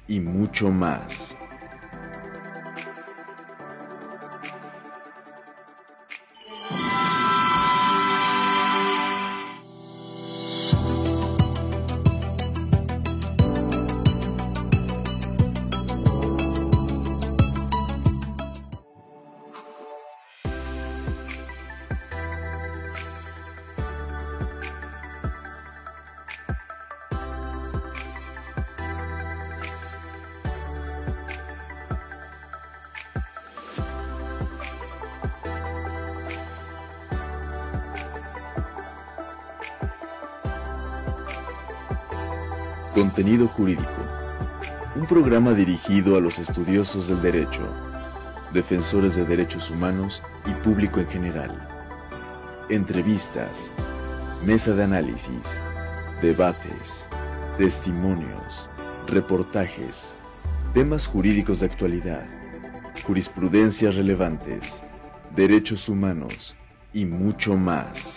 y mucho más. Contenido Jurídico, un programa dirigido a los estudiosos del derecho, defensores de derechos humanos y público en general. Entrevistas, mesa de análisis, debates, testimonios, reportajes, temas jurídicos de actualidad, jurisprudencias relevantes, derechos humanos y mucho más.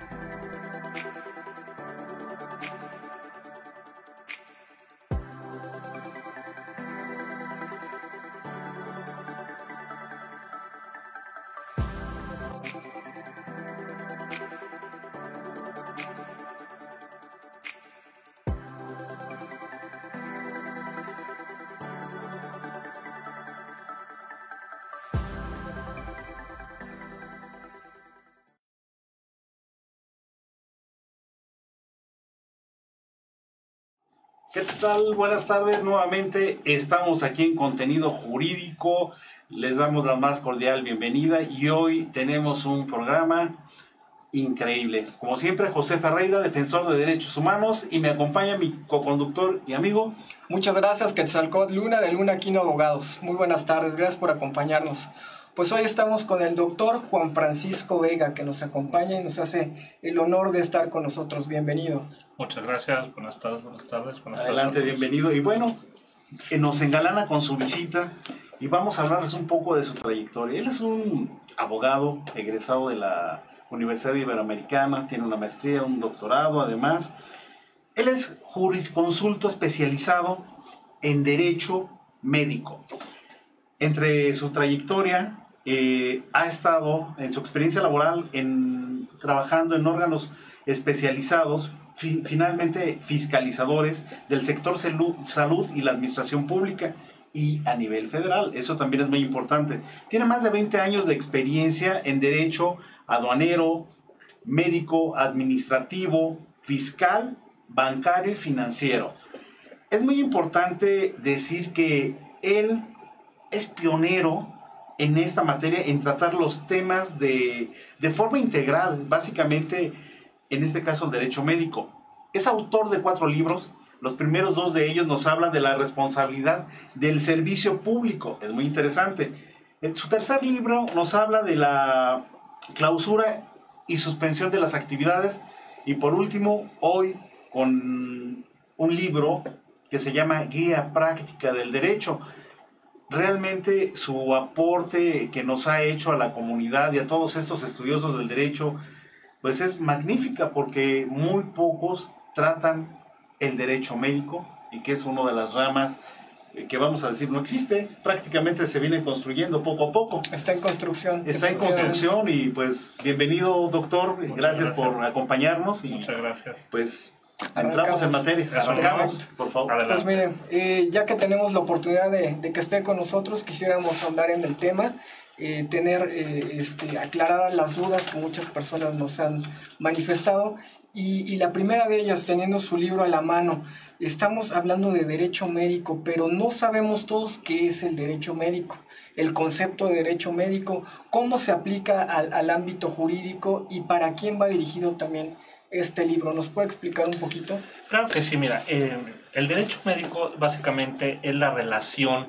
¿Qué tal? Buenas tardes nuevamente. Estamos aquí en Contenido Jurídico. Les damos la más cordial bienvenida y hoy tenemos un programa increíble. Como siempre, José Ferreira, defensor de derechos humanos, y me acompaña mi coconductor y amigo. Muchas gracias, Quetzalcóatl Luna, de Luna Aquino Abogados. Muy buenas tardes, gracias por acompañarnos. Pues hoy estamos con el doctor Juan Francisco Vega, que nos acompaña y nos hace el honor de estar con nosotros. Bienvenido. Muchas gracias, buenas tardes. Adelante, bienvenido. Y bueno, nos engalana con su visita y vamos a hablarles un poco de su trayectoria. Él es un abogado egresado de la Universidad Iberoamericana, tiene una maestría, un doctorado además. Él es jurisconsulto especializado en derecho médico. Entre su trayectoria, ha estado en su experiencia laboral trabajando en órganos especializados, finalmente fiscalizadores del sector salud y la administración pública y a nivel federal. Eso también es muy importante. Tiene más de 20 años de experiencia en derecho aduanero, médico, administrativo, fiscal, bancario y financiero. Es muy importante decir que él es pionero en esta materia, en tratar los temas de forma integral, básicamente, en este caso, el derecho médico. Es autor de 4 libros. Los primeros 2 de ellos nos hablan de la responsabilidad del servicio público. Es muy interesante. En su tercer libro nos habla de la clausura y suspensión de las actividades. Y por último, hoy, con un libro que se llama Guía Práctica del Derecho. Realmente su aporte que nos ha hecho a la comunidad y a todos estos estudiosos del derecho, pues es magnífica, porque muy pocos tratan el derecho médico, y que es una de las ramas que vamos a decir no existe, prácticamente se viene construyendo poco a poco. Está en construcción. Está en construcción y pues bienvenido, doctor, gracias por acompañarnos. Y, muchas gracias. Pues entramos en materia, arrancamos, por favor. Adelante. Pues miren, ya que tenemos la oportunidad de que esté con nosotros, quisiéramos hablar en el tema, tener aclaradas las dudas que muchas personas nos han manifestado. Y la primera de ellas, teniendo su libro a la mano, estamos hablando de derecho médico, pero no sabemos todos qué es el derecho médico, el concepto de derecho médico, cómo se aplica al ámbito jurídico y para quién va dirigido también este libro. ¿Nos puede explicar un poquito? Claro que sí, mira, el derecho médico básicamente es la relación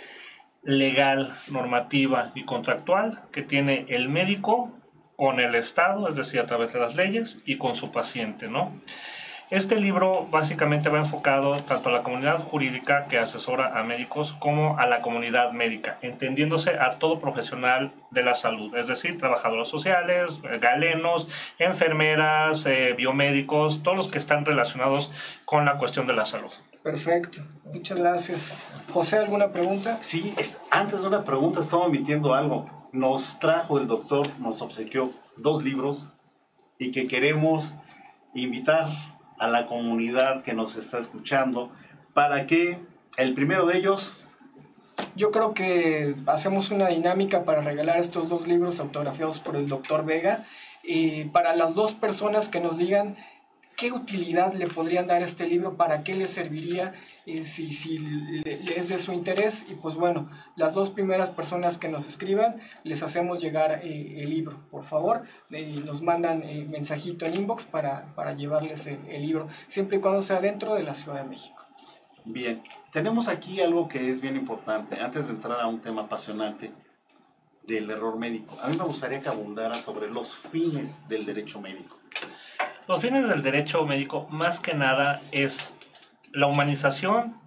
legal, normativa y contractual que tiene el médico con el Estado, es decir, a través de las leyes, y con su paciente, ¿no? Este libro básicamente va enfocado tanto a la comunidad jurídica que asesora a médicos como a la comunidad médica, entendiéndose a todo profesional de la salud, es decir, trabajadores sociales, galenos, enfermeras, biomédicos, todos los que están relacionados con la cuestión de la salud. Perfecto, muchas gracias. José, ¿alguna pregunta? Sí, antes de una pregunta estaba omitiendo algo. Nos trajo el doctor, nos obsequió 2 libros y que queremos invitar a la comunidad que nos está escuchando para que el primero de ellos... Yo creo que hacemos una dinámica para regalar estos 2 libros autografiados por el doctor Vega y para las 2 personas que nos digan qué utilidad le podrían dar este libro, para qué le serviría, si es de su interés. Y pues bueno, las 2 primeras personas que nos escriban, les hacemos llegar el libro, por favor. Nos mandan mensajito en inbox para llevarles el libro, siempre y cuando sea dentro de la Ciudad de México. Bien, tenemos aquí algo que es bien importante, antes de entrar a un tema apasionante del error médico. A mí me gustaría que abundara sobre los fines del derecho médico. Los fines del derecho médico, más que nada, es la humanización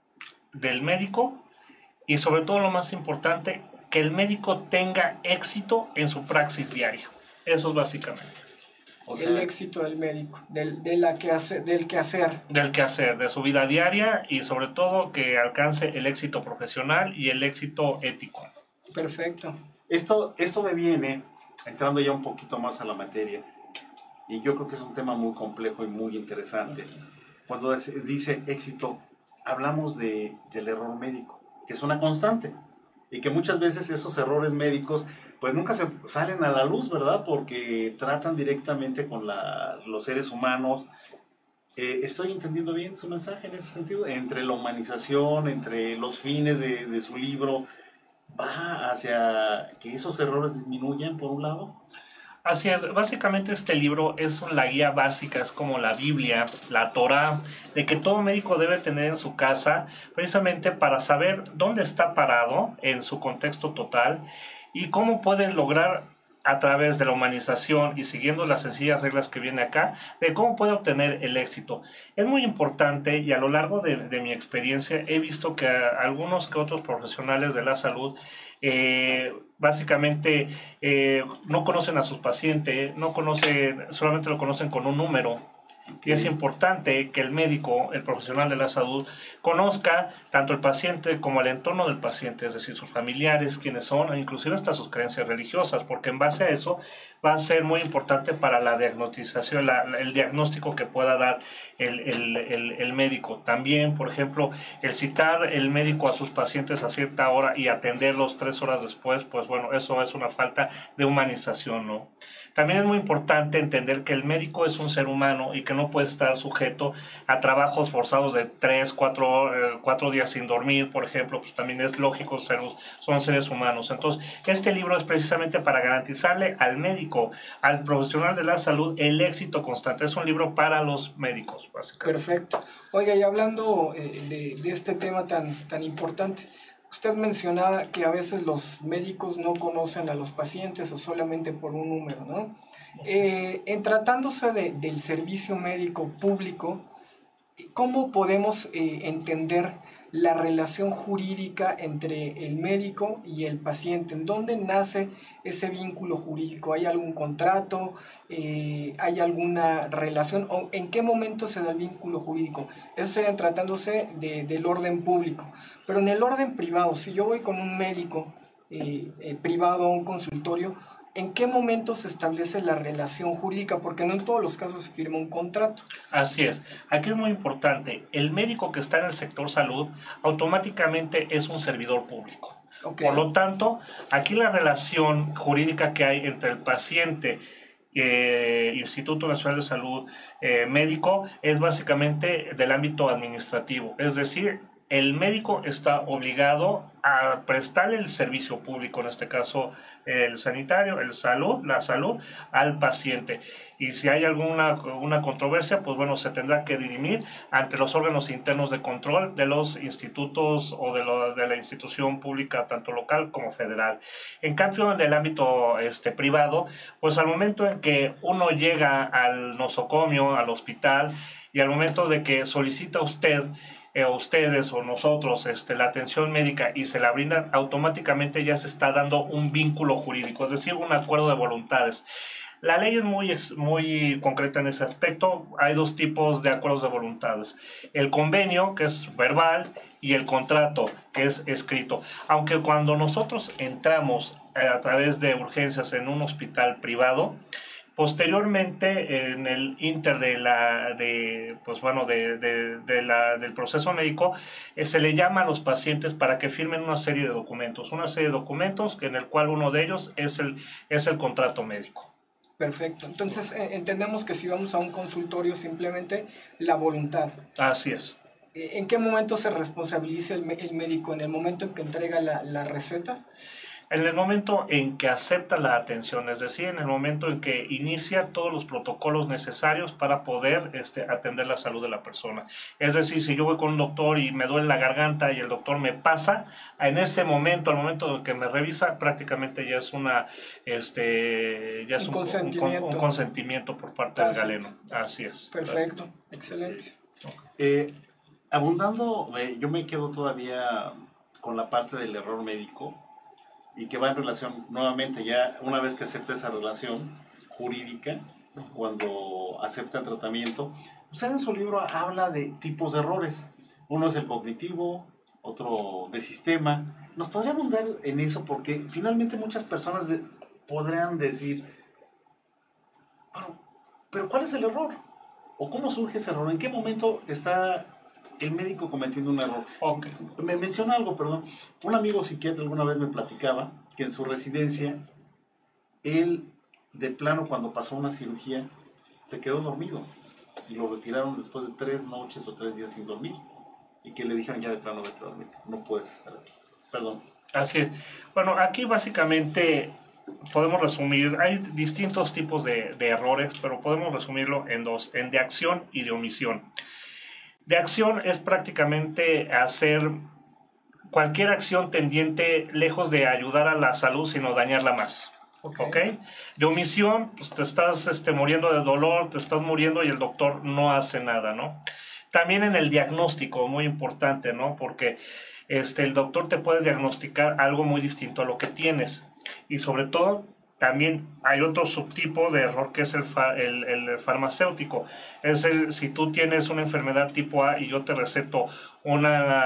del médico y, sobre todo, lo más importante, que el médico tenga éxito en su praxis diaria. Eso es básicamente. O sea, el éxito del médico, del quehacer. Del quehacer, de su vida diaria y, sobre todo, que alcance el éxito profesional y el éxito ético. Perfecto. Esto me viene, entrando ya un poquito más a la materia, y yo creo que es un tema muy complejo y muy interesante. Cuando dice éxito, hablamos del error médico, que es una constante, y que muchas veces esos errores médicos pues nunca se salen a la luz, ¿verdad? Porque tratan directamente con los seres humanos. ¿Estoy entendiendo bien su mensaje en ese sentido? Entre la humanización, entre los fines de su libro, ¿va hacia que esos errores disminuyan por un lado? Así es, básicamente este libro es la guía básica, es como la Biblia, la Torá, de que todo médico debe tener en su casa, precisamente para saber dónde está parado en su contexto total y cómo pueden lograr, a través de la humanización y siguiendo las sencillas reglas que viene acá, de cómo puede obtener el éxito. Es muy importante, y a lo largo de mi experiencia he visto que algunos que otros profesionales de la salud básicamente no conocen a sus pacientes, solamente lo conocen con un número. Y es importante que el médico, el profesional de la salud, conozca tanto el paciente como el entorno del paciente, es decir, sus familiares, quiénes son, e inclusive hasta sus creencias religiosas, porque en base a eso va a ser muy importante para la diagnosticación, el diagnóstico que pueda dar el médico. También, por ejemplo, el citar el médico a sus pacientes a cierta hora y atenderlos 3 horas después, pues bueno, eso es una falta de humanización, ¿no? También es muy importante entender que el médico es un ser humano y que no puede estar sujeto a trabajos forzados de 3, 4 días sin dormir, por ejemplo, pues también es lógico, son seres humanos. Entonces, este libro es precisamente para garantizarle al médico, al profesional de la salud, el éxito constante. Es un libro para los médicos, básicamente. Perfecto. Oiga, y hablando de este tema tan importante, usted mencionaba que a veces los médicos no conocen a los pacientes o solamente por un número, ¿no? En tratándose del servicio médico público, ¿cómo podemos entender la relación jurídica entre el médico y el paciente? ¿En dónde nace ese vínculo jurídico? ¿Hay algún contrato? ¿Hay alguna relación? ¿O en qué momento se da el vínculo jurídico? Eso sería tratándose del orden público. Pero en el orden privado, si yo voy con un médico privado a un consultorio, ¿en qué momento se establece la relación jurídica? Porque no en todos los casos se firma un contrato. Así es. Aquí es muy importante. El médico que está en el sector salud automáticamente es un servidor público. Okay. Por lo tanto, aquí la relación jurídica que hay entre el paciente, Instituto Nacional de Salud, médico, es básicamente del ámbito administrativo. Es decir, el médico está obligado a prestarle el servicio público, en este caso el sanitario, la salud al paciente. Y si hay una controversia, pues bueno, se tendrá que dirimir ante los órganos internos de control de los institutos o de la institución pública, tanto local como federal. En cambio, en el ámbito privado, pues al momento en que uno llega al nosocomio, al hospital, y al momento de que solicita ustedes o nosotros la atención médica y se la brindan, automáticamente ya se está dando un vínculo jurídico, es decir, un acuerdo de voluntades. La ley es muy concreta en ese aspecto. Hay dos tipos de acuerdos de voluntades. El convenio, que es verbal, y el contrato, que es escrito. Aunque cuando nosotros entramos a través de urgencias en un hospital privado, posteriormente, en el inter del proceso médico, se le llama a los pacientes para que firmen una serie de documentos, en el cual uno de ellos es el contrato médico. Perfecto. Entonces, entendemos que si vamos a un consultorio, simplemente la voluntad. Así es. ¿En qué momento se responsabiliza el médico? ¿En el momento en que entrega la receta? En el momento en que acepta la atención, es decir, en el momento en que inicia todos los protocolos necesarios para poder atender la salud de la persona. Es decir, si yo voy con un doctor y me duele la garganta y el doctor me pasa, en ese momento, al momento en que me revisa, prácticamente ya es un consentimiento por parte del galeno. Así es. Perfecto, excelente. Abundando, yo me quedo todavía con la parte del error médico, y que va en relación, nuevamente, ya una vez que acepta esa relación jurídica, cuando acepta el tratamiento, usted en su libro habla de tipos de errores. Uno es el cognitivo, otro de sistema. ¿Nos podría abundar en eso? Porque finalmente muchas personas podrán decir, bueno, pero ¿cuál es el error? ¿O cómo surge ese error? ¿En qué momento está el médico cometiendo un error? Okay. Me menciona algo, perdón. Un amigo psiquiatra alguna vez me platicaba que en su residencia, él, de plano, cuando pasó una cirugía, se quedó dormido y lo retiraron después de 3 noches o 3 días sin dormir, y que le dijeron ya de plano, vete a dormir, no puedes estar aquí. Perdón. Así es. Bueno, aquí básicamente podemos resumir, hay distintos tipos de errores, pero podemos resumirlo en dos, de acción y de omisión. De acción es prácticamente hacer cualquier acción tendiente lejos de ayudar a la salud, sino dañarla más. Okay. De omisión, pues te estás muriendo de dolor, te estás muriendo y el doctor no hace nada, ¿no? También en el diagnóstico, muy importante, ¿no? Porque el doctor te puede diagnosticar algo muy distinto a lo que tienes. Y sobre todo, también hay otro subtipo de error que es el farmacéutico. Es si tú tienes una enfermedad tipo A y yo te receto un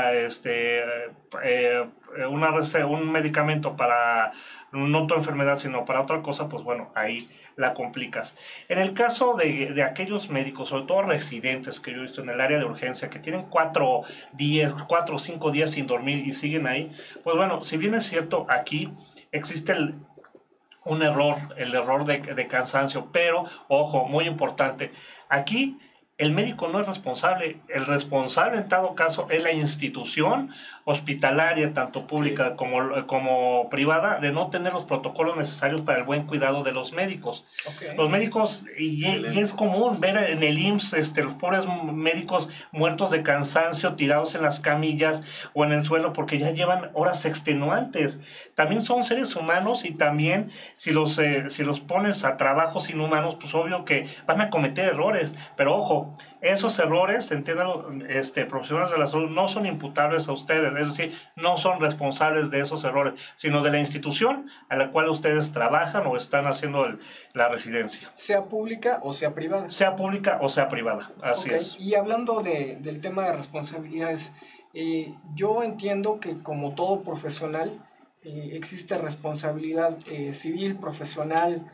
medicamento para no tu enfermedad, sino para otra cosa, pues bueno, ahí la complicas. En el caso de aquellos médicos, sobre todo residentes que yo he visto en el área de urgencia, que tienen 4 o 5 días sin dormir y siguen ahí, pues bueno, si bien es cierto, aquí existe el error de cansancio, pero, ojo, muy importante, aquí el médico no es responsable, el responsable en todo caso es la institución hospitalaria, tanto pública como privada, de no tener los protocolos necesarios para el buen cuidado de los médicos. Okay. Los médicos, y es común ver en el IMSS los pobres médicos muertos de cansancio, tirados en las camillas o en el suelo porque ya llevan horas extenuantes. También son seres humanos, y también si los pones a trabajos inhumanos, pues obvio que van a cometer errores, pero ojo, esos errores, entiéndanlo, profesionales de la salud, no son imputables a ustedes, es decir, no son responsables de esos errores, sino de la institución a la cual ustedes trabajan o están haciendo la residencia. Sea pública o sea privada. Sea pública o sea privada, así es. Y hablando del tema de responsabilidades, yo entiendo que como todo profesional, existe responsabilidad civil, profesional,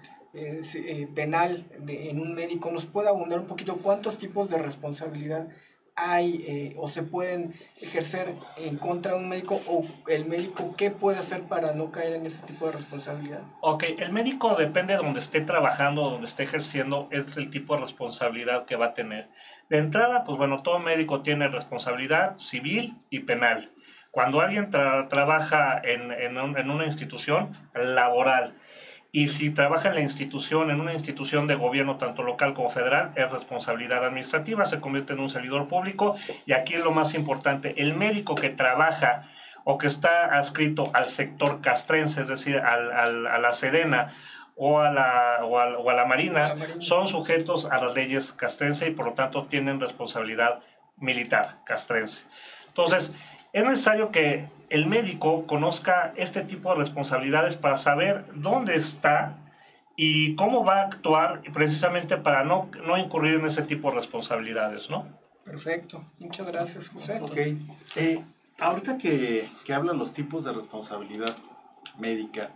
penal en un médico. ¿Nos puede abundar un poquito cuántos tipos de responsabilidad hay o se pueden ejercer en contra de un médico, o el médico qué puede hacer para no caer en ese tipo de responsabilidad? Ok, el médico depende de donde esté trabajando, donde esté ejerciendo, es el tipo de responsabilidad que va a tener. De entrada, pues bueno, todo médico tiene responsabilidad civil y penal. Cuando alguien trabaja en una institución laboral, y si trabaja en una institución de gobierno, tanto local como federal, es responsabilidad administrativa, se convierte en un servidor público. Y aquí es lo más importante, el médico que trabaja o que está adscrito al sector castrense, es decir, a la Sedena o a la Marina, son sujetos a las leyes castrense y por lo tanto tienen responsabilidad militar castrense. Entonces, es necesario que el médico conozca este tipo de responsabilidades para saber dónde está y cómo va a actuar precisamente para no incurrir en ese tipo de responsabilidades, ¿no? Perfecto, muchas gracias, José. Ok. Ahorita que hablan los tipos de responsabilidad médica,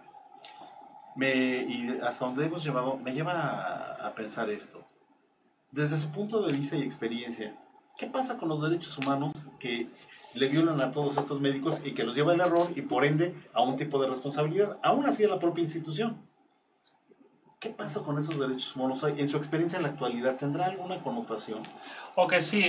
y hasta donde hemos llevado, me lleva a pensar esto. Desde su punto de vista y experiencia, ¿qué pasa con los derechos humanos que le violan a todos estos médicos y que los lleva al error y por ende a un tipo de responsabilidad, aún así a la propia institución? ¿Qué pasa con esos derechos humanos? En su experiencia en la actualidad, ¿tendrá alguna connotación? Ok, sí,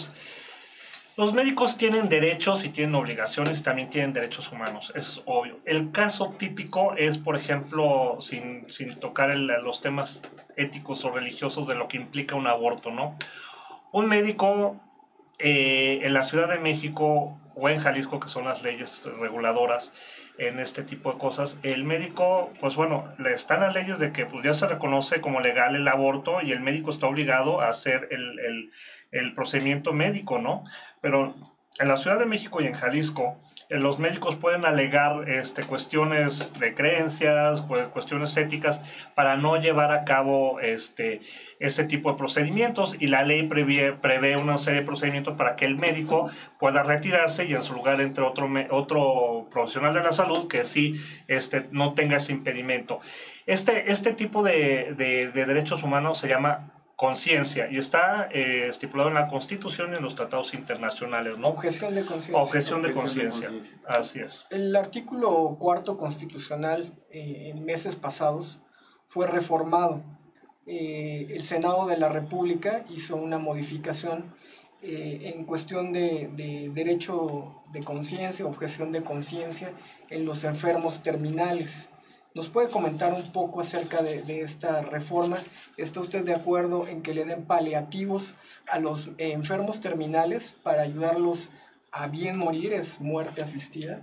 los médicos tienen derechos y tienen obligaciones y también tienen derechos humanos, es obvio. El caso típico es, por ejemplo, sin tocar los temas éticos o religiosos de lo que implica un aborto, ¿no? Un médico en la Ciudad de México o en Jalisco, que son las leyes reguladoras en este tipo de cosas, el médico, pues bueno, están las leyes de que pues, ya se reconoce como legal el aborto y el médico está obligado a hacer el procedimiento médico, ¿no? Pero en la Ciudad de México y en Jalisco, los médicos pueden alegar cuestiones de creencias, cuestiones éticas para no llevar a cabo ese tipo de procedimientos, y la ley prevé una serie de procedimientos para que el médico pueda retirarse y en su lugar entre otro profesional de la salud que sí no tenga ese impedimento. Este tipo de derechos humanos se llama conciencia y está estipulado en la Constitución y en los tratados internacionales, ¿no? Objeción de conciencia. Objeción de conciencia, así es. El artículo 4 constitucional en meses pasados fue reformado. El Senado de la República hizo una modificación en cuestión de derecho de conciencia, objeción de conciencia en los enfermos terminales. ¿Nos puede comentar un poco acerca de esta reforma? ¿Está usted de acuerdo en que le den paliativos a los enfermos terminales para ayudarlos a bien morir? ¿Es muerte asistida?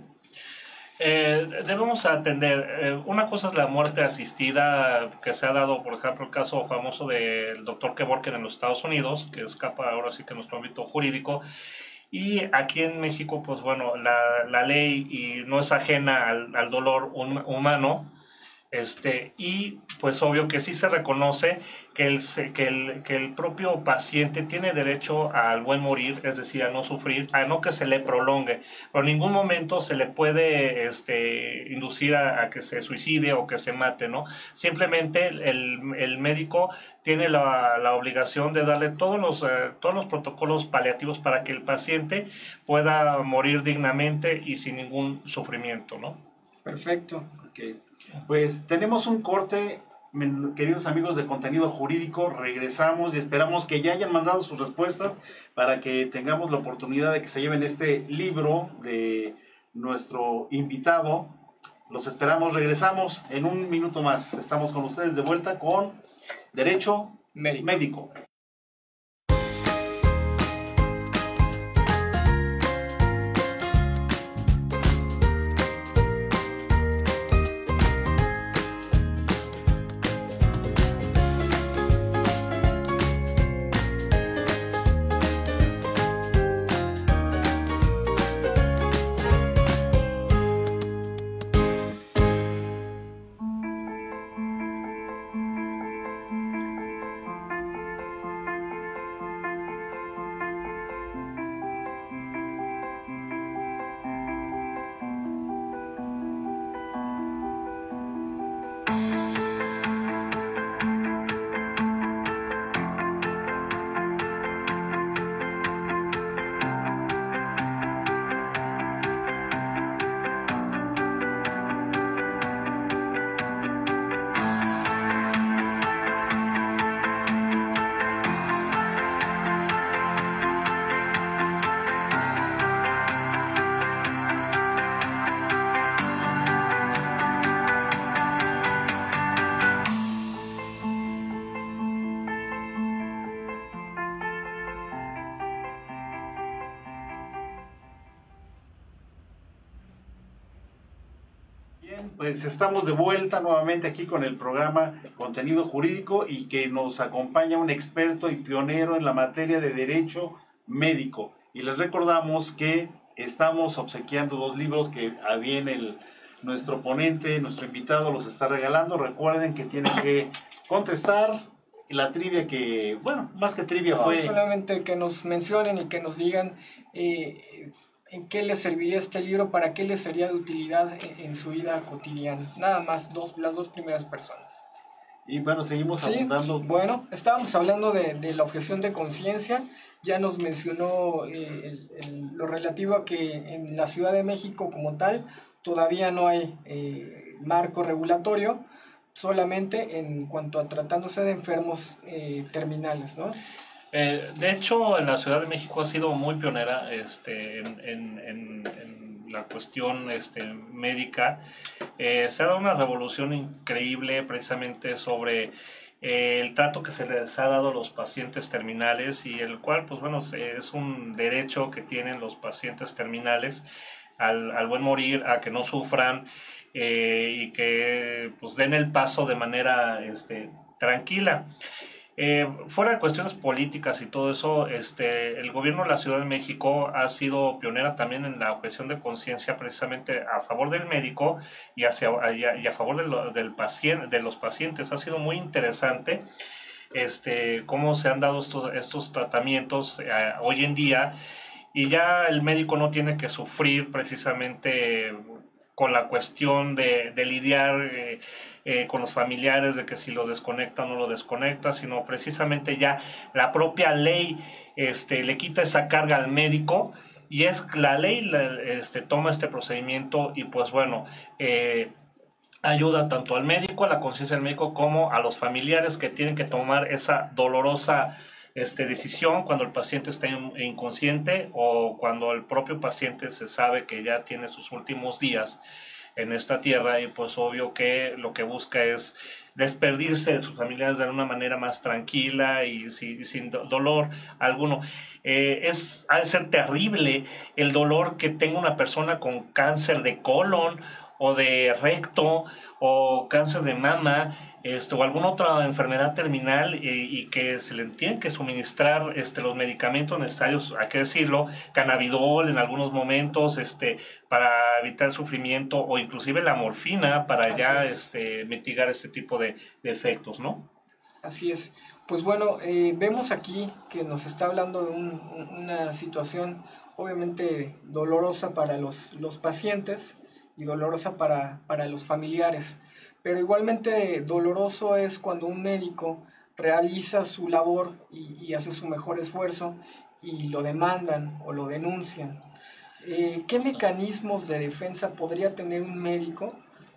Debemos atender, una cosa es la muerte asistida que se ha dado, por ejemplo, el caso famoso del doctor Kevorkian en los Estados Unidos, que escapa ahora sí que nuestro ámbito jurídico. Y aquí en México, pues bueno, la ley y no es ajena al dolor humano, y pues obvio que sí se reconoce que el propio paciente tiene derecho al buen morir, es decir, a no sufrir, a no que se le prolongue, pero en ningún momento se le puede inducir a que se suicide o que se mate, ¿no? Simplemente el médico tiene la obligación de darle todos los protocolos paliativos para que el paciente pueda morir dignamente y sin ningún sufrimiento, ¿no? Perfecto. Okay. Pues tenemos un corte, queridos amigos de Contenido Jurídico, regresamos y esperamos que ya hayan mandado sus respuestas para que tengamos la oportunidad de que se lleven este libro de nuestro invitado. Los esperamos, regresamos en un minuto más. Estamos con ustedes de vuelta con Derecho Médico. Pues estamos de vuelta nuevamente aquí con el programa Contenido Jurídico y que nos acompaña un experto y pionero en la materia de derecho médico. Y les recordamos que estamos obsequiando 2 libros que a bien el nuestro ponente, nuestro invitado los está regalando. Recuerden que tienen que contestar la trivia que, bueno, más que trivia No, fue... solamente que nos mencionen y que nos digan en qué les serviría este libro, para qué les sería de utilidad en su vida cotidiana. Nada más las dos primeras personas. Y bueno, seguimos Sí, apuntando. bueno, estábamos hablando de la objeción de conciencia. Ya nos mencionó lo relativo a que en la Ciudad de México como tal todavía no hay marco regulatorio, solamente en cuanto a tratándose de enfermos terminales, ¿no? De hecho, en la Ciudad de México ha sido muy pionera en la cuestión médica. Se ha dado una revolución increíble precisamente sobre el trato que se les ha dado a los pacientes terminales, y el cual, pues bueno, es un derecho que tienen los pacientes terminales al buen morir, a que no sufran y que pues den el paso de manera tranquila. Fuera de cuestiones políticas y todo eso, el gobierno de la Ciudad de México ha sido pionera también en la objeción de conciencia, precisamente a favor del médico y a favor de los pacientes. Ha sido muy interesante cómo se han dado estos tratamientos hoy en día, y ya el médico no tiene que sufrir precisamente con la cuestión de lidiar con los familiares, de que si lo desconecta o no lo desconecta, sino precisamente ya la propia ley le quita esa carga al médico, y es la ley toma este procedimiento, y pues bueno, ayuda tanto al médico, a la conciencia del médico, como a los familiares que tienen que tomar esa dolorosa decisión cuando el paciente está inconsciente, o cuando el propio paciente se sabe que ya tiene sus últimos días en esta tierra, y pues obvio que lo que busca es despedirse de sus familiares de una manera más tranquila y sin dolor alguno. Ha de ser terrible el dolor que tenga una persona con cáncer de colon o de recto o cáncer de mama, o alguna otra enfermedad terminal, y que se le tienen que suministrar los medicamentos necesarios, hay que decirlo, cannabidol en algunos momentos, para evitar el sufrimiento, o inclusive la morfina para ya mitigar este tipo de efectos, ¿no? Así es. Pues bueno, vemos aquí que nos está hablando de una situación obviamente dolorosa para los pacientes y dolorosa para los familiares. Pero igualmente doloroso es cuando un médico realiza su labor y hace su mejor esfuerzo y lo demandan o lo denuncian. ¿Qué mecanismos de defensa podría tener un médico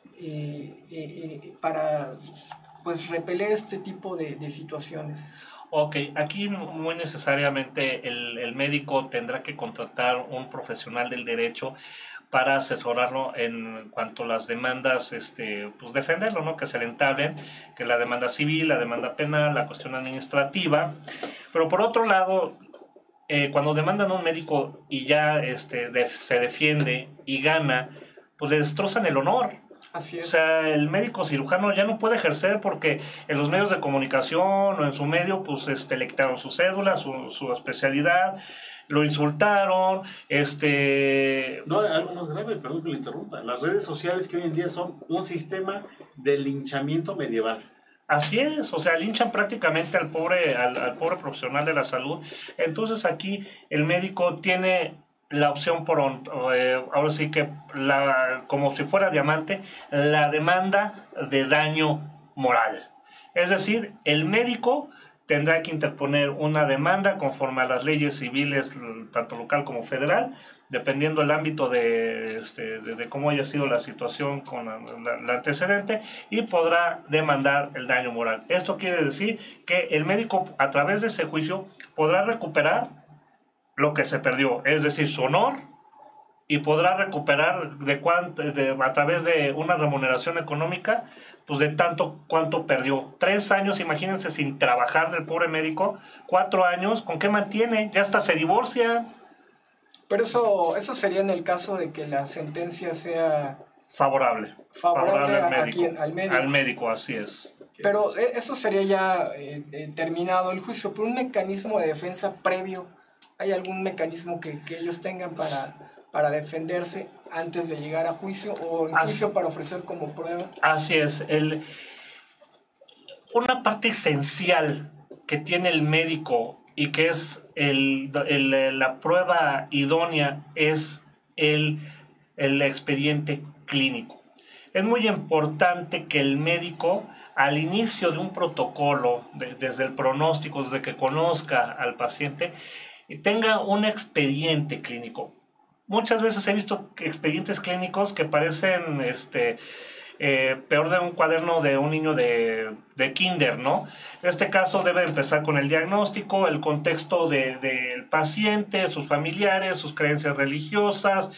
para pues repeler este tipo de situaciones? Ok, aquí muy necesariamente el médico tendrá que contratar un profesional del derecho para asesorarlo en cuanto a las demandas, pues defenderlo, ¿no? Que se le entablen, que la demanda civil, la demanda penal, la cuestión administrativa. Pero por otro lado, cuando demandan a un médico y ya se defiende y gana, pues le destrozan el honor. Así es. O sea, el médico cirujano ya no puede ejercer porque en los medios de comunicación o en su medio, pues le quitaron su cédula, su especialidad, lo insultaron, No, algo más grave, perdón que lo interrumpa. Las redes sociales, que hoy en día son un sistema de linchamiento medieval. Así es, o sea, linchan prácticamente al pobre profesional de la salud. Entonces aquí el médico tiene la opción ahora sí que como si fuera diamante, la demanda de daño moral. Es decir, el médico tendrá que interponer una demanda conforme a las leyes civiles, tanto local como federal, dependiendo del ámbito de cómo haya sido la situación con la antecedente, y podrá demandar el daño moral. Esto quiere decir que el médico, a través de ese juicio, podrá recuperar lo que se perdió, es decir, su honor, y podrá recuperar a través de una remuneración económica, pues de tanto cuánto perdió. 3 años, imagínense, sin trabajar del pobre médico. 4 años, ¿con qué mantiene? Ya hasta se divorcia. Pero eso sería en el caso de que la sentencia sea favorable al médico. Al médico, así es. Pero eso sería ya terminado el juicio. ¿Por un mecanismo de defensa previo? ¿Hay algún mecanismo que ellos tengan para defenderse antes de llegar a juicio o en juicio para ofrecer como prueba. Así es. Una parte esencial que tiene el médico y que es la prueba idónea es el expediente clínico. Es muy importante que el médico, al inicio de un protocolo, desde el pronóstico, desde que conozca al paciente, tenga un expediente clínico. Muchas veces he visto expedientes clínicos que parecen peor de un cuaderno de un niño de kinder, ¿no? En este caso debe empezar con el diagnóstico, el contexto del paciente, sus familiares, sus creencias religiosas,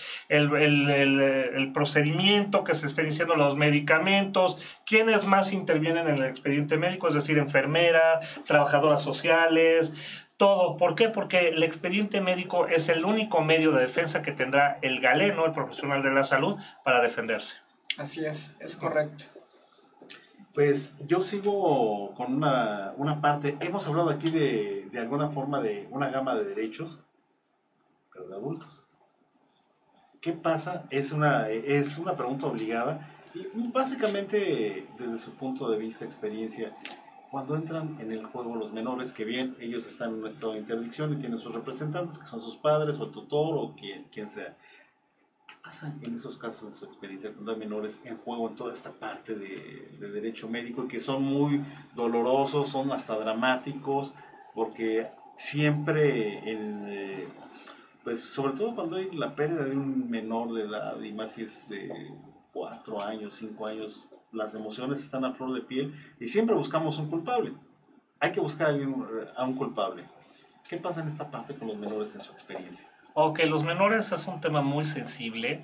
el procedimiento que se estén diciendo, los medicamentos, quiénes más intervienen en el expediente médico, es decir, enfermeras, trabajadoras sociales, todo. ¿Por qué? Porque el expediente médico es el único medio de defensa que tendrá el galeno, el profesional de la salud, para defenderse. Así es correcto. Pues yo sigo con una parte. Hemos hablado aquí de alguna forma de una gama de derechos, pero de adultos. ¿Qué pasa? Es una pregunta obligada y básicamente desde su punto de vista, experiencia, cuando entran en el juego los menores, que bien, ellos están en un estado de interdicción y tienen sus representantes, que son sus padres o el tutor o quien sea. ¿Qué pasa en esos casos, en su experiencia, cuando hay menores en juego en toda esta parte de derecho médico, que son muy dolorosos, son hasta dramáticos, porque siempre, pues sobre todo cuando hay la pérdida de un menor de edad, y más si es de 4 años, 5 años, las emociones están a flor de piel y siempre buscamos un culpable. Hay que buscar a un culpable. ¿Qué pasa en esta parte con los menores en su experiencia? Ok, los menores es un tema muy sensible,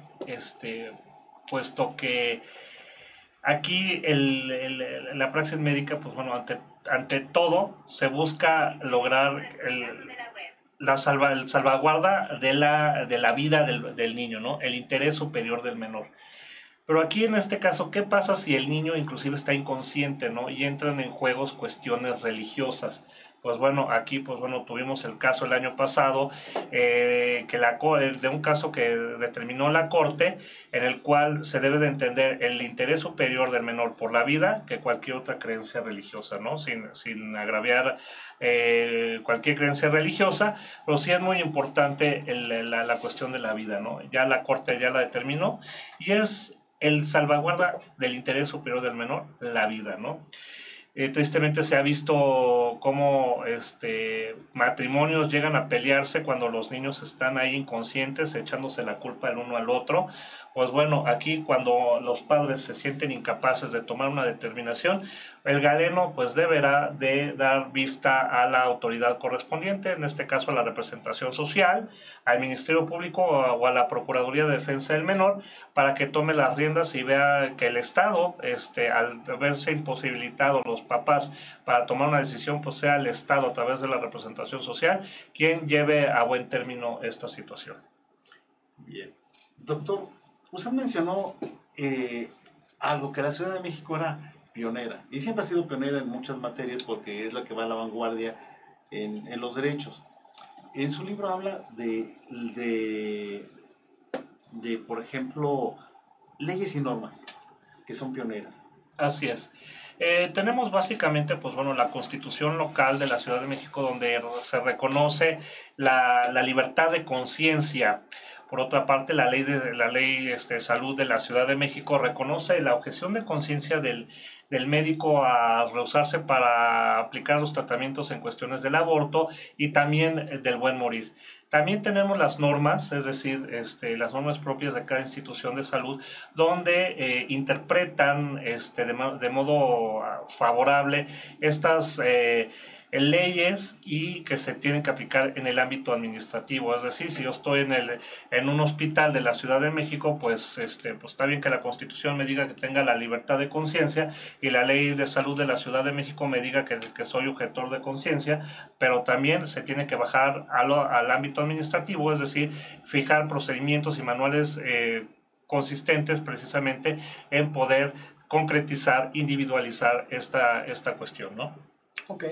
puesto que aquí la praxis médica, pues bueno, ante todo se busca lograr el salvaguarda de la vida del niño, ¿no? El interés superior del menor. Pero aquí en este caso, ¿qué pasa si el niño inclusive está inconsciente, ¿no? Y entran en juegos cuestiones religiosas? Pues bueno, aquí pues bueno, tuvimos el caso el año pasado, de un caso que determinó la Corte, en el cual se debe de entender el interés superior del menor por la vida que cualquier otra creencia religiosa, ¿no? Sin agraviar cualquier creencia religiosa, pero sí es muy importante la cuestión de la vida, ¿no? Ya la Corte ya la determinó y es el salvaguarda del interés superior del menor, la vida, ¿no? Tristemente se ha visto cómo matrimonios llegan a pelearse cuando los niños están ahí inconscientes, echándose la culpa el uno al otro. Pues bueno, aquí cuando los padres se sienten incapaces de tomar una determinación, el galeno pues deberá de dar vista a la autoridad correspondiente, en este caso a la representación social, al Ministerio Público o a la Procuraduría de Defensa del Menor, para que tome las riendas y vea que el Estado, al verse imposibilitado los papás para tomar una decisión, pues sea el Estado a través de la representación social quien lleve a buen término esta situación. Bien. Doctor, usted mencionó algo, que la Ciudad de México era pionera, y siempre ha sido pionera en muchas materias porque es la que va a la vanguardia en los derechos. En su libro habla de por ejemplo, leyes y normas que son pioneras. Así es. Tenemos básicamente, pues bueno, la Constitución local de la Ciudad de México, donde se reconoce la libertad de conciencia. Por otra parte, la ley de salud de la Ciudad de México reconoce la objeción de conciencia del médico a rehusarse para aplicar los tratamientos en cuestiones del aborto y también del buen morir. También tenemos las normas, es decir, las normas propias de cada institución de salud, donde interpretan de modo favorable estas leyes y que se tienen que aplicar en el ámbito administrativo. Es decir, si yo estoy en un hospital de la Ciudad de México, pues está bien que la Constitución me diga que tenga la libertad de conciencia y la Ley de Salud de la Ciudad de México me diga que soy objetor de conciencia, pero también se tiene que bajar al ámbito administrativo, es decir, fijar procedimientos y manuales consistentes precisamente en poder concretizar, individualizar esta cuestión, ¿no? Ok.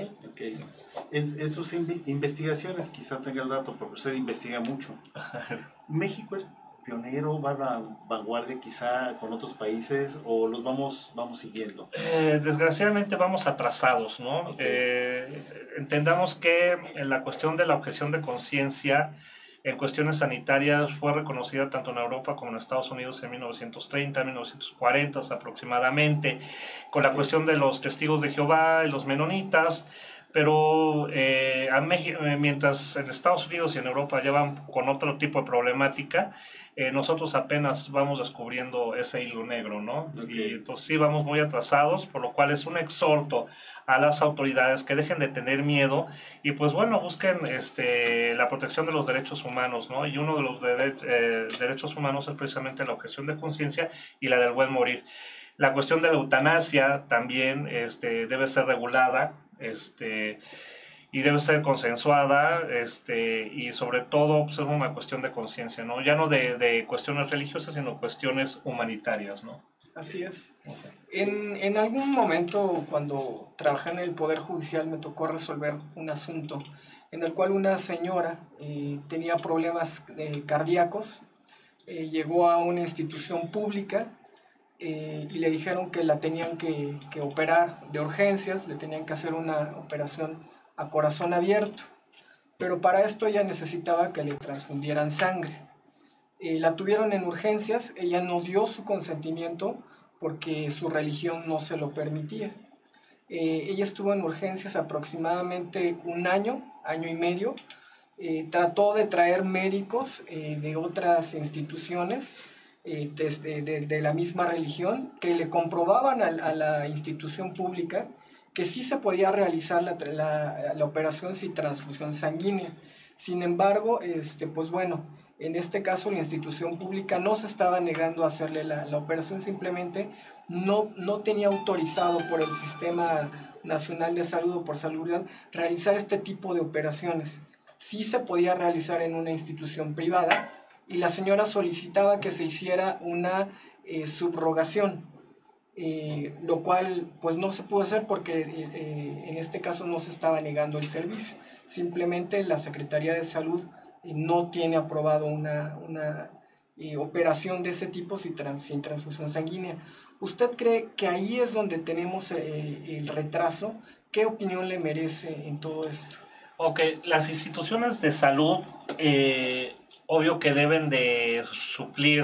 En sus investigaciones, quizá tenga el dato porque usted investiga mucho. México es pionero, va a la vanguardia quizá con otros países o los vamos siguiendo? Desgraciadamente vamos atrasados, ¿no? Okay. Entendamos que en la cuestión de la objeción de conciencia en cuestiones sanitarias fue reconocida tanto en Europa como en Estados Unidos en 1930, 1940 aproximadamente, con la cuestión de los testigos de Jehová y los menonitas, pero mientras en Estados Unidos y en Europa ya van con otro tipo de problemática, nosotros apenas vamos descubriendo ese hilo negro, ¿no? Okay. Y entonces sí vamos muy atrasados, por lo cual es un exhorto a las autoridades que dejen de tener miedo y pues bueno, busquen la protección de los derechos humanos, ¿no? Y uno de los derechos humanos es precisamente la objeción de conciencia y la del buen morir. La cuestión de la eutanasia también debe ser regulada, y debe ser consensuada, y sobre todo pues, es una cuestión de conciencia, ¿no? Ya no de cuestiones religiosas, sino cuestiones humanitarias, ¿no? Así es. En algún momento, cuando trabajé en el Poder Judicial, me tocó resolver un asunto en el cual una señora tenía problemas cardíacos, llegó a una institución pública y le dijeron que la tenían que operar de urgencias, le tenían que hacer una operación a corazón abierto, pero para esto ella necesitaba que le transfundieran sangre. La tuvieron en urgencias, ella no dio su consentimiento porque su religión no se lo permitía. Ella estuvo en urgencias aproximadamente un año y medio, trató de traer médicos de otras instituciones de la misma religión que le comprobaban a la institución pública que sí se podía realizar la operación sin transfusión sanguínea. Sin embargo, pues bueno, en este caso la institución pública no se estaba negando a hacerle la operación, simplemente no tenía autorizado por el Sistema Nacional de Salud o por Salubridad realizar este tipo de operaciones. Sí se podía realizar en una institución privada y la señora solicitaba que se hiciera una subrogación, lo cual pues no se pudo hacer porque en este caso no se estaba negando el servicio. Simplemente la Secretaría de Salud no tiene aprobado una operación de ese tipo sin transfusión sanguínea. ¿Usted cree que ahí es donde tenemos el retraso? ¿Qué opinión le merece en todo esto? Ok, las instituciones de salud, obvio que deben de suplir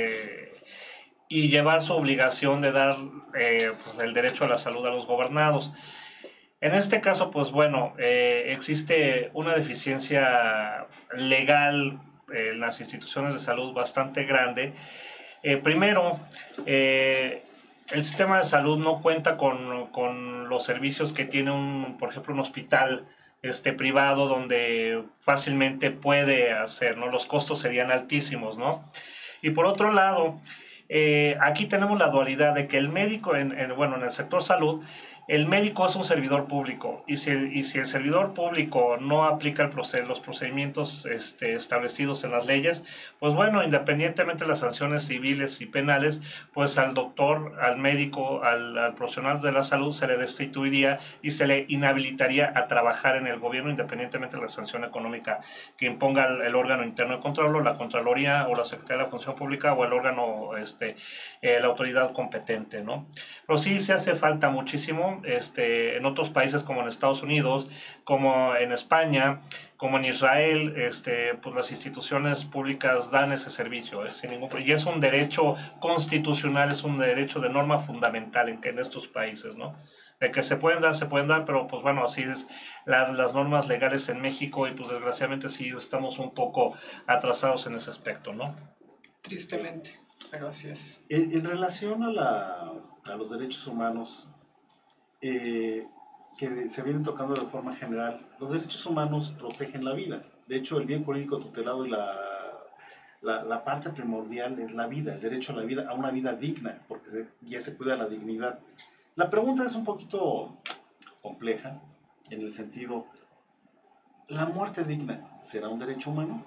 y llevar su obligación de dar pues el derecho a la salud a los gobernados. En este caso, pues bueno, existe una deficiencia legal en las instituciones de salud bastante grande. Primero, el sistema de salud no cuenta con los servicios que tiene por ejemplo, un hospital privado donde fácilmente puede hacer, ¿no? Los costos serían altísimos, ¿no? Y por otro lado, aquí tenemos la dualidad de que el médico, en el sector salud, el médico es un servidor público y si el servidor público no aplica los procedimientos establecidos en las leyes, pues bueno, independientemente de las sanciones civiles y penales, pues al doctor, al médico, al profesional de la salud se le destituiría y se le inhabilitaría a trabajar en el gobierno independientemente de la sanción económica que imponga el órgano interno de control o la Contraloría o la Secretaría de la Función Pública o el órgano, la autoridad competente, ¿no? Pero sí se hace falta muchísimo. En otros países como en Estados Unidos, como en España, como en Israel, pues las instituciones públicas dan ese servicio, y es un derecho constitucional, es un derecho de norma fundamental en estos países, ¿no? De que se pueden dar, pero pues bueno, así es las normas legales en México y pues desgraciadamente sí estamos un poco atrasados en ese aspecto, ¿no? Tristemente, pero así es. En relación a los derechos humanos, que se vienen tocando de forma general, los derechos humanos protegen la vida. De hecho, el bien jurídico tutelado y la parte primordial es la vida, el derecho a la vida, a una vida digna, porque ya se cuida la dignidad. La pregunta es un poquito compleja, en el sentido, ¿la muerte digna será un derecho humano?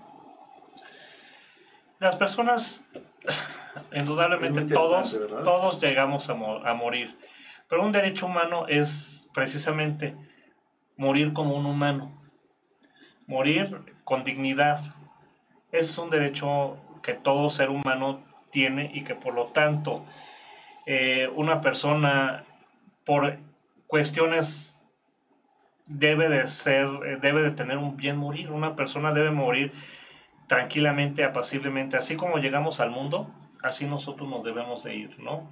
Las personas, indudablemente todos llegamos a morir. Pero un derecho humano es precisamente morir como un humano, morir con dignidad. Es un derecho que todo ser humano tiene y que por lo tanto una persona por cuestiones debe de tener un bien morir. Una persona debe morir tranquilamente, apaciblemente. Así como llegamos al mundo, así nosotros nos debemos de ir, ¿no?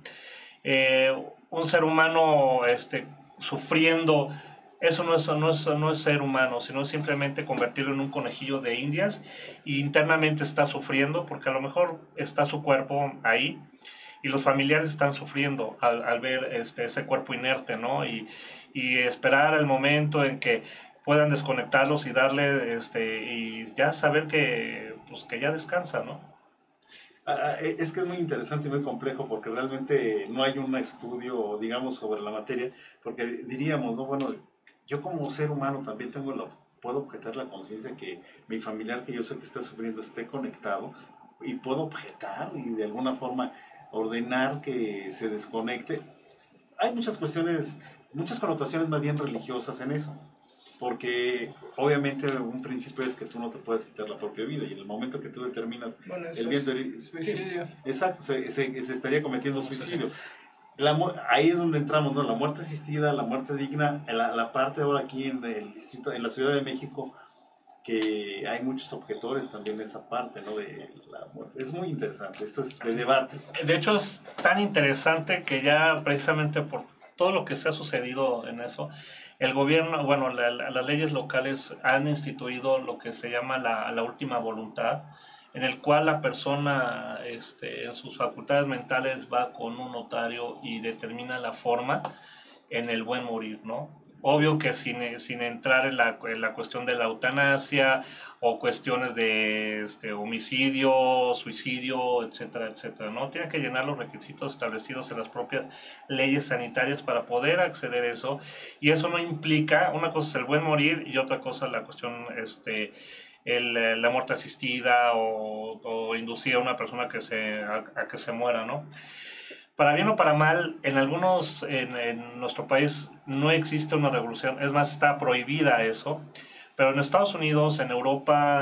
Un ser humano sufriendo, eso no es ser humano, sino simplemente convertirlo en un conejillo de indias, y internamente está sufriendo porque a lo mejor está su cuerpo ahí y los familiares están sufriendo al ver ese cuerpo inerte, ¿no? Y esperar el momento en que puedan desconectarlos y darle y ya saber que pues que ya descansa, ¿no? Es que es muy interesante y muy complejo porque realmente no hay un estudio, digamos, sobre la materia, porque diríamos, no, bueno, yo como ser humano también puedo objetar la conciencia que mi familiar que yo sé que está sufriendo esté conectado, y puedo objetar y de alguna forma ordenar que se desconecte. Hay muchas cuestiones, muchas connotaciones más bien religiosas en eso, porque obviamente un principio es que tú no te puedes quitar la propia vida, y en el momento que tú determinas el bien de suicidio. Sí, exacto, se estaría cometiendo suicidio. Ahí es donde entramos, ¿no? La muerte asistida, la muerte digna, la parte ahora aquí en el distrito, en la Ciudad de México, que hay muchos objetores también de esa parte, ¿no? De la muerte. Es muy interesante, esto es de debate. De hecho, es tan interesante que ya precisamente por todo lo que se ha sucedido en eso, el gobierno, bueno, las leyes locales han instituido lo que se llama la última voluntad, en el cual la persona en sus facultades mentales va con un notario y determina la forma en el buen morir, ¿no? Obvio que sin entrar en la cuestión de la eutanasia o cuestiones de homicidio, suicidio, etcétera, etcétera, ¿no? Tiene que llenar los requisitos establecidos en las propias leyes sanitarias para poder acceder a eso, y eso no implica, una cosa es el buen morir y otra cosa la cuestión, la muerte asistida o inducir a una persona a que se muera, ¿no? Para bien o para mal, en nuestro país no existe una regulación, es más, está prohibida eso, pero en Estados Unidos, en Europa,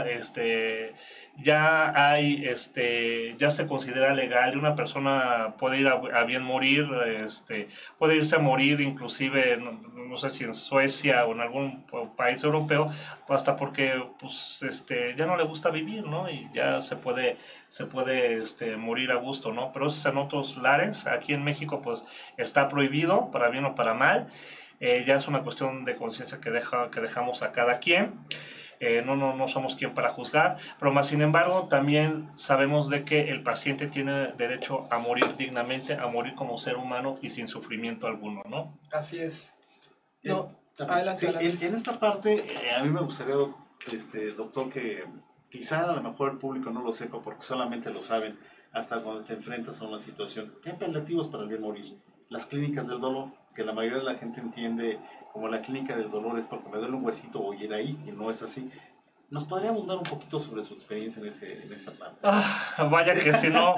ya se considera legal y una persona puede ir a bien morir, puede irse a morir inclusive, no sé si en Suecia o en algún país europeo, hasta porque pues, ya no le gusta vivir, ¿no? Y ya se puede morir a gusto, ¿no? Pero eso es en otros lares. Aquí en México pues está prohibido, para bien o para mal. Ya es una cuestión de conciencia que dejamos a cada quien. No somos quien para juzgar, pero más sin embargo también sabemos de que el paciente tiene derecho a morir dignamente, a morir como ser humano y sin sufrimiento alguno, ¿no? Así es. No, sí, adelante. en esta parte, a mí me gustaría, doctor, que quizá a lo mejor el público no lo sepa porque solamente lo saben hasta cuando te enfrentas a una situación. ¿Qué apelativos para el bien morir? Las clínicas del dolor, que la mayoría de la gente entiende como la clínica del dolor es porque me duele un huesito, voy a ir ahí, y no es así. ¿Nos podría abundar un poquito sobre su experiencia en esta parte? Vaya que si no,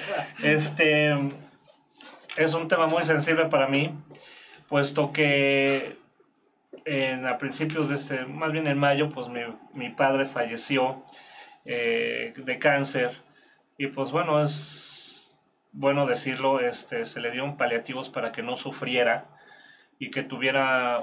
es un tema muy sensible para mí, puesto que a principios más bien en mayo, pues mi padre falleció de cáncer, y pues bueno, es bueno decirlo, se le dieron paliativos para que no sufriera y que tuviera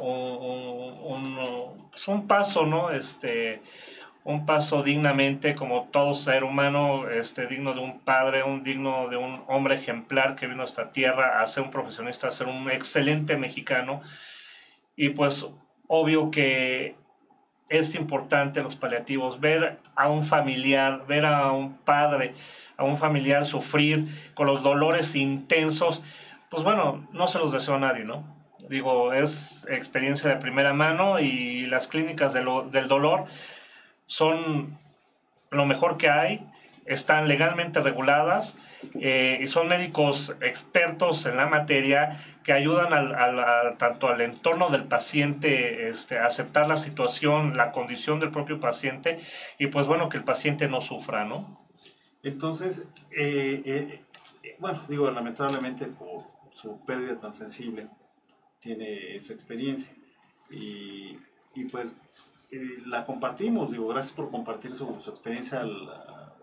pues un paso, ¿no? Un paso dignamente como todo ser humano, digno de un padre, digno de un hombre ejemplar que vino a esta tierra a ser un profesionista, a ser un excelente mexicano. Y pues obvio que es importante los paliativos, ver a un familiar, ver a un padre, a un familiar sufrir con los dolores intensos, pues bueno, no se los deseo a nadie, ¿no? Digo, es experiencia de primera mano, y las clínicas del dolor son lo mejor que hay, están legalmente reguladas, y son médicos expertos en la materia que ayudan tanto al entorno del paciente a aceptar la situación, la condición del propio paciente, y pues bueno, que el paciente no sufra, ¿no? Entonces, bueno, digo, lamentablemente por su pérdida tan sensible, tiene esa experiencia y pues la compartimos, digo, gracias por compartir su experiencia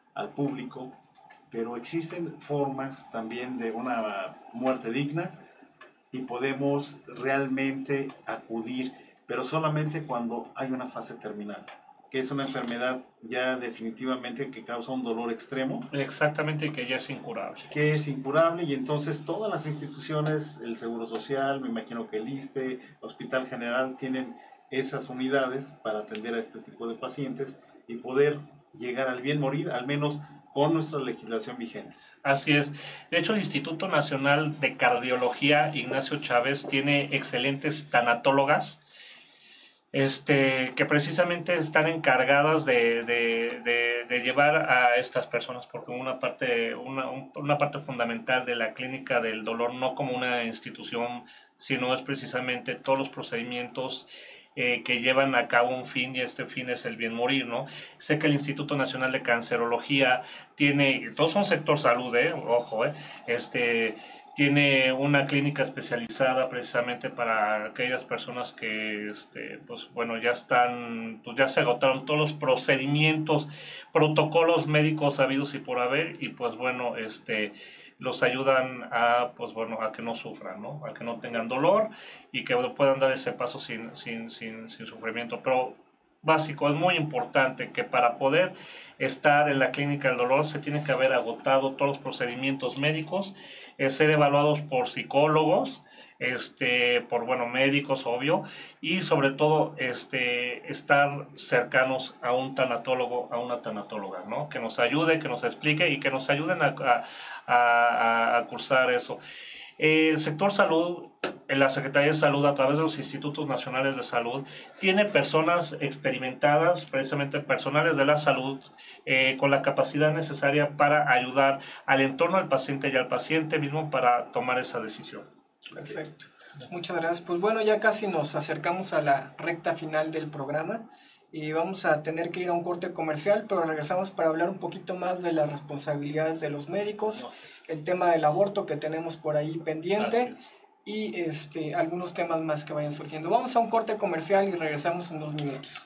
al público, pero existen formas también de una muerte digna y podemos realmente acudir, pero solamente cuando hay una fase terminal, que es una enfermedad ya definitivamente que causa un dolor extremo. Exactamente, que ya es incurable. Que es incurable, y entonces todas las instituciones, el Seguro Social, me imagino que el ISSSTE, Hospital General, tienen esas unidades para atender a este tipo de pacientes y poder llegar al bien morir, al menos con nuestra legislación vigente. Así es. De hecho, el Instituto Nacional de Cardiología Ignacio Chávez tiene excelentes tanatólogas, que precisamente están encargadas de llevar a estas personas, porque una parte fundamental de la clínica del dolor, no como una institución, sino es precisamente todos los procedimientos que llevan a cabo un fin, y este fin es el bien morir, ¿no? Sé que el Instituto Nacional de Cancerología tiene, todos son sector salud, ojo, tiene una clínica especializada precisamente para aquellas personas que, pues bueno, ya están, pues ya se agotaron todos los procedimientos, protocolos médicos habidos y por haber, y pues bueno, los ayudan a, pues bueno, a que no sufran, ¿no? A que no tengan dolor y que puedan dar ese paso sin sufrimiento. Pero básico, es muy importante que para poder estar en la clínica del dolor se tiene que haber agotado todos los procedimientos médicos, ser evaluados por psicólogos, por, bueno, médicos, obvio, y sobre todo estar cercanos a un tanatólogo, a una tanatóloga, ¿no? Que nos ayude, que nos explique y que nos ayuden a cursar eso. El sector salud, la Secretaría de Salud, a través de los Institutos Nacionales de Salud, tiene personas experimentadas, precisamente personales de la salud, con la capacidad necesaria para ayudar al entorno del paciente y al paciente mismo para tomar esa decisión. Perfecto. Muchas gracias. Pues bueno, ya casi nos acercamos a la recta final del programa y vamos a tener que ir a un corte comercial, pero regresamos para hablar un poquito más de las responsabilidades de los médicos, el tema del aborto que tenemos por ahí pendiente y algunos temas más que vayan surgiendo. Vamos a un corte comercial y regresamos en 2 minutos.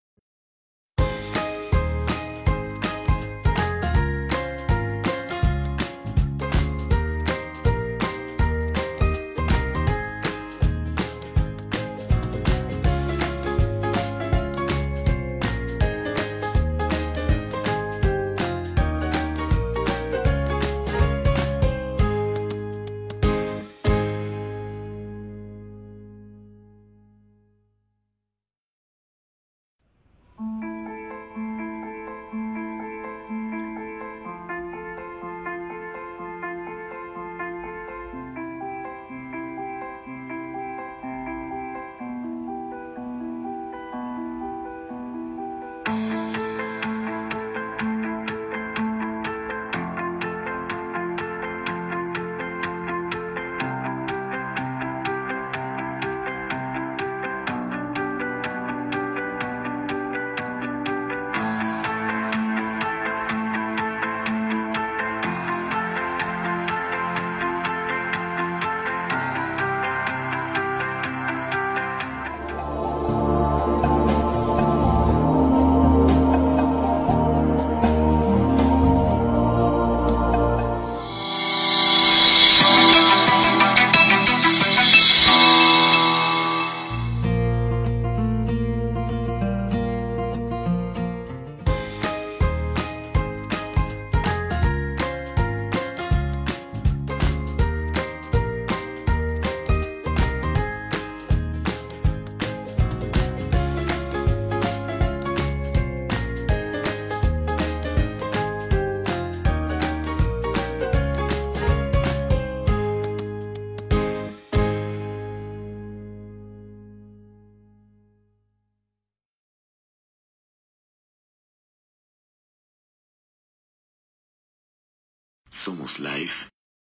Somos Life,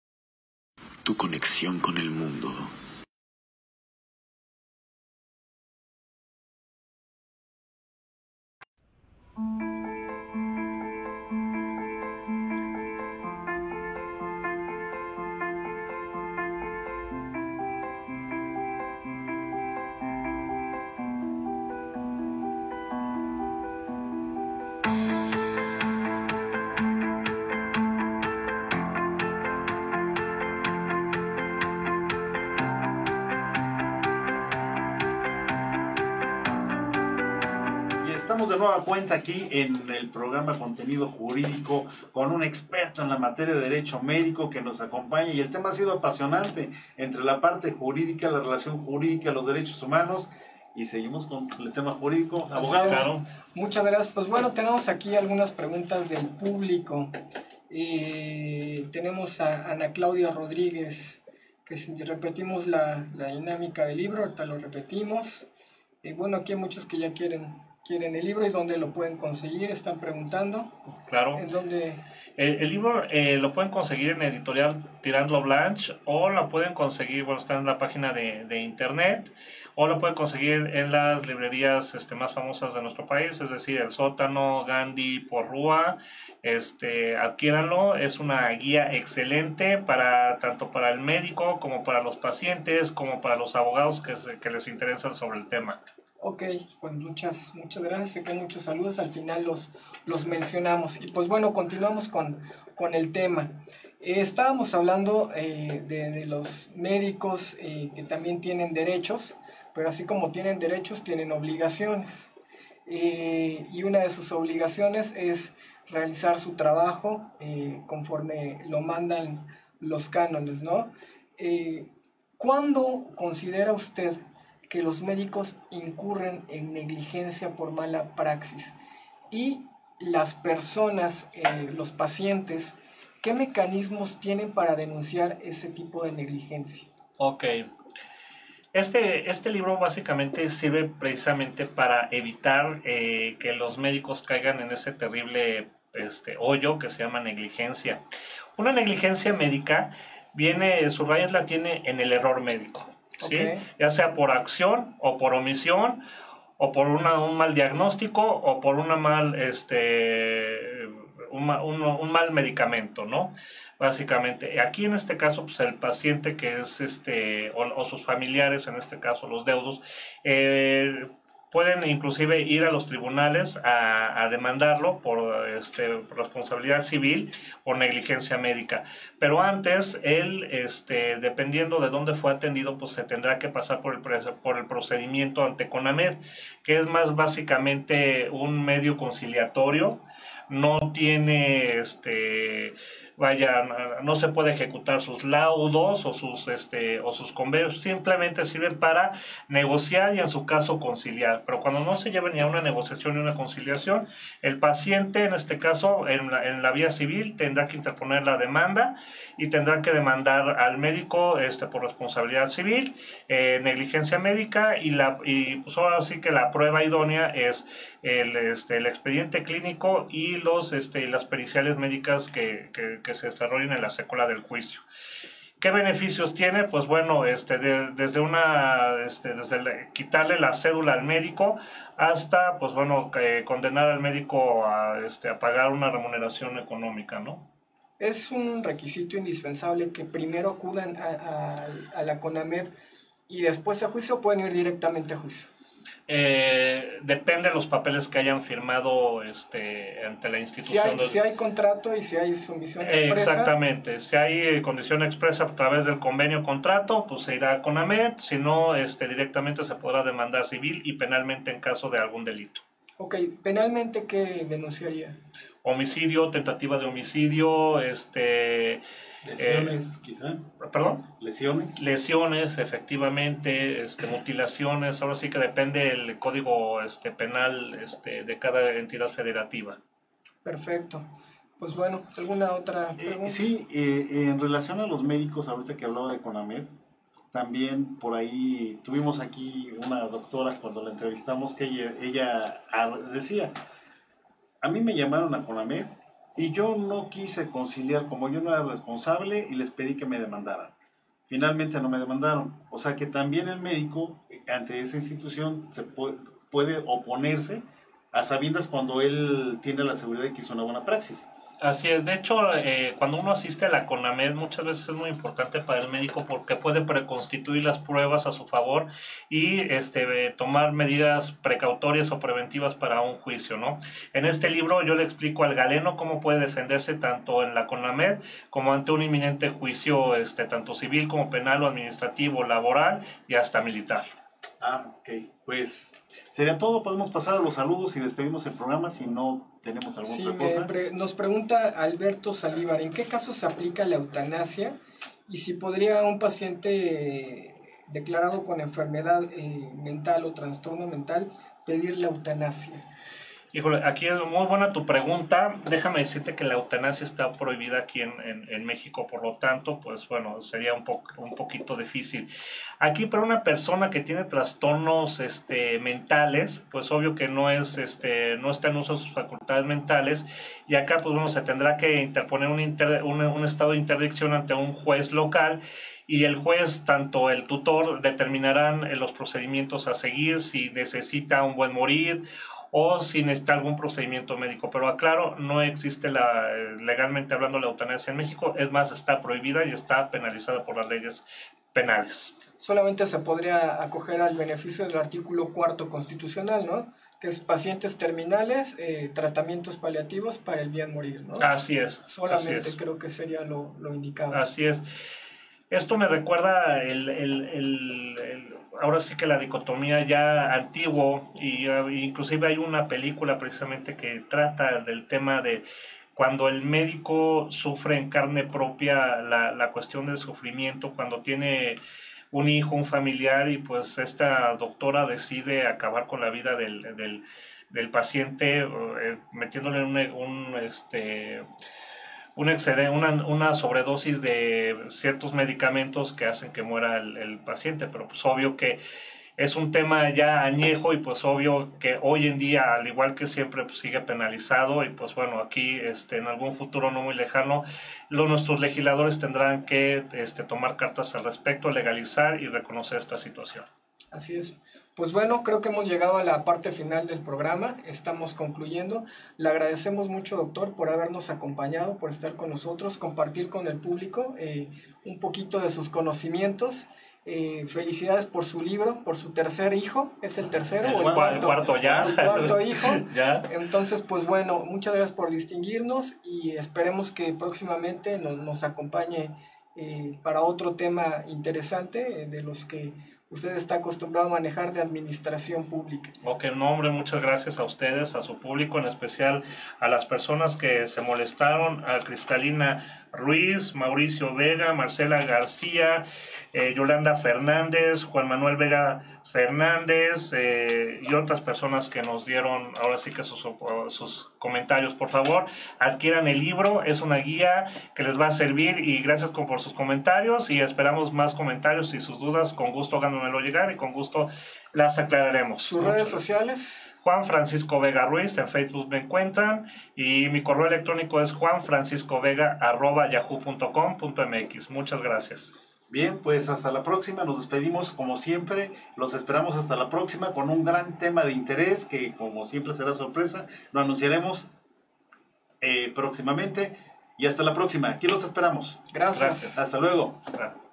tu conexión con el mundo. nueva cuenta aquí en el programa Contenido Jurídico con un experto en la materia de derecho médico que nos acompaña, y el tema ha sido apasionante entre la parte jurídica, la relación jurídica, los derechos humanos, y seguimos con el tema jurídico. Abogado. Claro. Muchas gracias. Pues bueno, tenemos aquí algunas preguntas del público. Tenemos a Ana Claudia Rodríguez, que si repetimos la dinámica del libro, ahorita lo repetimos. Bueno, aquí hay muchos que ya quieren el libro, y dónde lo pueden conseguir, están preguntando. Claro. ¿En dónde? El libro lo pueden conseguir en Editorial Tirando Blanche, o lo pueden conseguir, bueno, está en la página de internet, o lo pueden conseguir en las librerías más famosas de nuestro país, es decir, El Sótano, Gandhi, Porrúa. Adquiéranlo, es una guía excelente tanto para el médico como para los pacientes, como para los abogados que les interesan sobre el tema. Ok, pues muchas gracias. Sé que hay muchos saludos, al final los mencionamos. Y pues bueno, continuamos con el tema. Estábamos hablando de los médicos que también tienen derechos, pero así como tienen derechos, tienen obligaciones. Y una de sus obligaciones es realizar su trabajo conforme lo mandan los cánones, ¿no? ¿Cuándo considera usted que los médicos incurren en negligencia por mala praxis? Y las personas, los pacientes, ¿qué mecanismos tienen para denunciar ese tipo de negligencia? Ok. Este libro básicamente sirve precisamente para evitar que los médicos caigan en ese terrible hoyo que se llama negligencia. Una negligencia médica su raíz la tiene en el error médico, ¿sí? Okay. Ya sea por acción o por omisión, o por un mal diagnóstico, o por un mal medicamento, ¿no? Básicamente, aquí en este caso, pues el paciente que es o sus familiares, en este caso los deudos, pueden inclusive ir a los tribunales a demandarlo por responsabilidad civil o negligencia médica. Pero antes, él, dependiendo de dónde fue atendido, pues se tendrá que pasar por el procedimiento ante CONAMED, que es más básicamente un medio conciliatorio. No tiene no se puede ejecutar sus laudos o sus convenios, simplemente sirven para negociar y en su caso conciliar. Pero cuando no se lleva ni a una negociación ni a una conciliación, el paciente, en este caso, en la vía civil, tendrá que interponer la demanda y tendrá que demandar al médico por responsabilidad civil, negligencia médica, y pues ahora sí que la prueba idónea es el expediente clínico y las periciales médicas que se desarrollen en la secuela del juicio. ¿Qué beneficios tiene? Pues bueno, desde quitarle la cédula al médico hasta, pues bueno, condenar al médico a pagar una remuneración económica, ¿no? Es un requisito indispensable que primero acudan a la CONAMED y después a juicio, pueden ir directamente a juicio. Depende de los papeles que hayan firmado ante la institución. Si hay contrato y si hay sumisión expresa. Exactamente, si hay condición expresa a través del convenio contrato, pues se irá a CONAMED, si no, directamente se podrá demandar civil y penalmente en caso de algún delito. Ok, penalmente, ¿qué denunciaría? Homicidio, tentativa de homicidio, lesiones, quizá. ¿Perdón? Lesiones, efectivamente, mutilaciones. Ahora sí que depende el código penal de cada entidad federativa. Perfecto. Pues bueno, ¿alguna otra pregunta? Sí, en relación a los médicos, ahorita que hablaba de CONAMED, también por ahí tuvimos aquí una doctora cuando la entrevistamos que ella decía, a mí me llamaron a CONAMED y yo no quise conciliar, como yo no era responsable, y les pedí que me demandaran. Finalmente no me demandaron. O sea que también el médico, ante esa institución, se puede oponerse a sabiendas cuando él tiene la seguridad de que hizo una buena praxis. Así es. De hecho, cuando uno asiste a la CONAMED, muchas veces es muy importante para el médico porque puede preconstituir las pruebas a su favor y tomar medidas precautorias o preventivas para un juicio, ¿no? En este libro yo le explico al galeno cómo puede defenderse tanto en la CONAMED como ante un inminente juicio, tanto civil como penal o administrativo, laboral y hasta militar. Ok. Pues sería todo. Podemos pasar a los saludos y despedimos el programa si no tenemos alguna otra cosa. Nos pregunta Alberto Salívar, ¿en qué casos se aplica la eutanasia? Y si podría un paciente declarado con enfermedad mental o trastorno mental pedir la eutanasia. Híjole, aquí es muy buena tu pregunta. Déjame decirte que la eutanasia está prohibida aquí en México, por lo tanto, pues bueno, sería un poquito difícil. Aquí para una persona que tiene trastornos mentales, pues obvio que no está en uso de sus facultades mentales, y acá pues bueno, se tendrá que interponer un estado de interdicción ante un juez local, y el juez, tanto el tutor, determinarán los procedimientos a seguir, si necesita un buen morir o si necesita algún procedimiento médico. Pero aclaro, no existe legalmente hablando la eutanasia en México, es más, está prohibida y está penalizada por las leyes penales. Solamente se podría acoger al beneficio del artículo 4º constitucional, ¿no? Que es pacientes terminales, tratamientos paliativos para el bien morir, ¿no? Así es. Solamente así es. Creo que sería lo indicado. Así es. Esto me recuerda ahora sí que la dicotomía ya antiguo, y inclusive hay una película precisamente que trata del tema de cuando el médico sufre en carne propia la cuestión del sufrimiento, cuando tiene un hijo, un familiar, y pues esta doctora decide acabar con la vida del paciente, metiéndole una sobredosis de ciertos medicamentos que hacen que muera el paciente. Pero pues obvio que es un tema ya añejo, y pues obvio que hoy en día, al igual que siempre, pues sigue penalizado, y pues bueno, aquí en algún futuro no muy lejano, nuestros legisladores tendrán que tomar cartas al respecto, legalizar y reconocer esta situación. Así es. Pues bueno, creo que hemos llegado a la parte final del programa, estamos concluyendo. Le agradecemos mucho, doctor, por habernos acompañado, por estar con nosotros, compartir con el público un poquito de sus conocimientos. Felicidades por su libro, por su tercer hijo. ¿Es el tercero o el cuarto? El cuarto ya. El cuarto hijo. Ya. Entonces, pues bueno, muchas gracias por distinguirnos, y esperemos que próximamente nos acompañe para otro tema interesante de los que usted está acostumbrado a manejar, de administración pública. Ok, no, hombre, muchas gracias a ustedes, a su público, en especial a las personas que se molestaron, a Cristalina Ruiz, Mauricio Vega, Marcela García, Yolanda Fernández, Juan Manuel Vega Fernández, y otras personas que nos dieron ahora sí que sus comentarios. Por favor, adquieran el libro, es una guía que les va a servir, y gracias por sus comentarios, y esperamos más comentarios, y sus dudas con gusto háganmelo llegar y con gusto las aclararemos. ¿Sus redes sociales? Juan Francisco Vega Ruiz, en Facebook me encuentran, y mi correo electrónico es juanfranciscovega@yahoo.com.mx. Muchas gracias. Bien, pues hasta la próxima, nos despedimos como siempre, los esperamos hasta la próxima con un gran tema de interés que como siempre será sorpresa, lo anunciaremos próximamente, y hasta la próxima, aquí los esperamos. Gracias. Hasta luego. Gracias.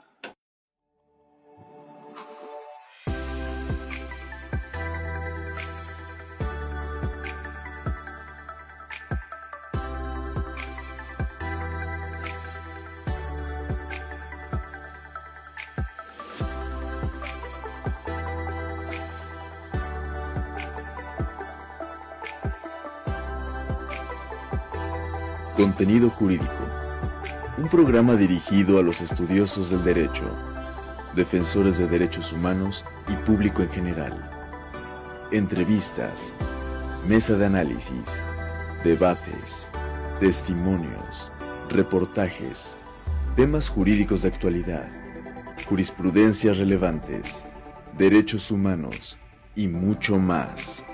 Contenido jurídico. Un programa dirigido a los estudiosos del derecho, defensores de derechos humanos y público en general. Entrevistas, mesa de análisis, debates, testimonios, reportajes, temas jurídicos de actualidad, jurisprudencias relevantes, derechos humanos y mucho más.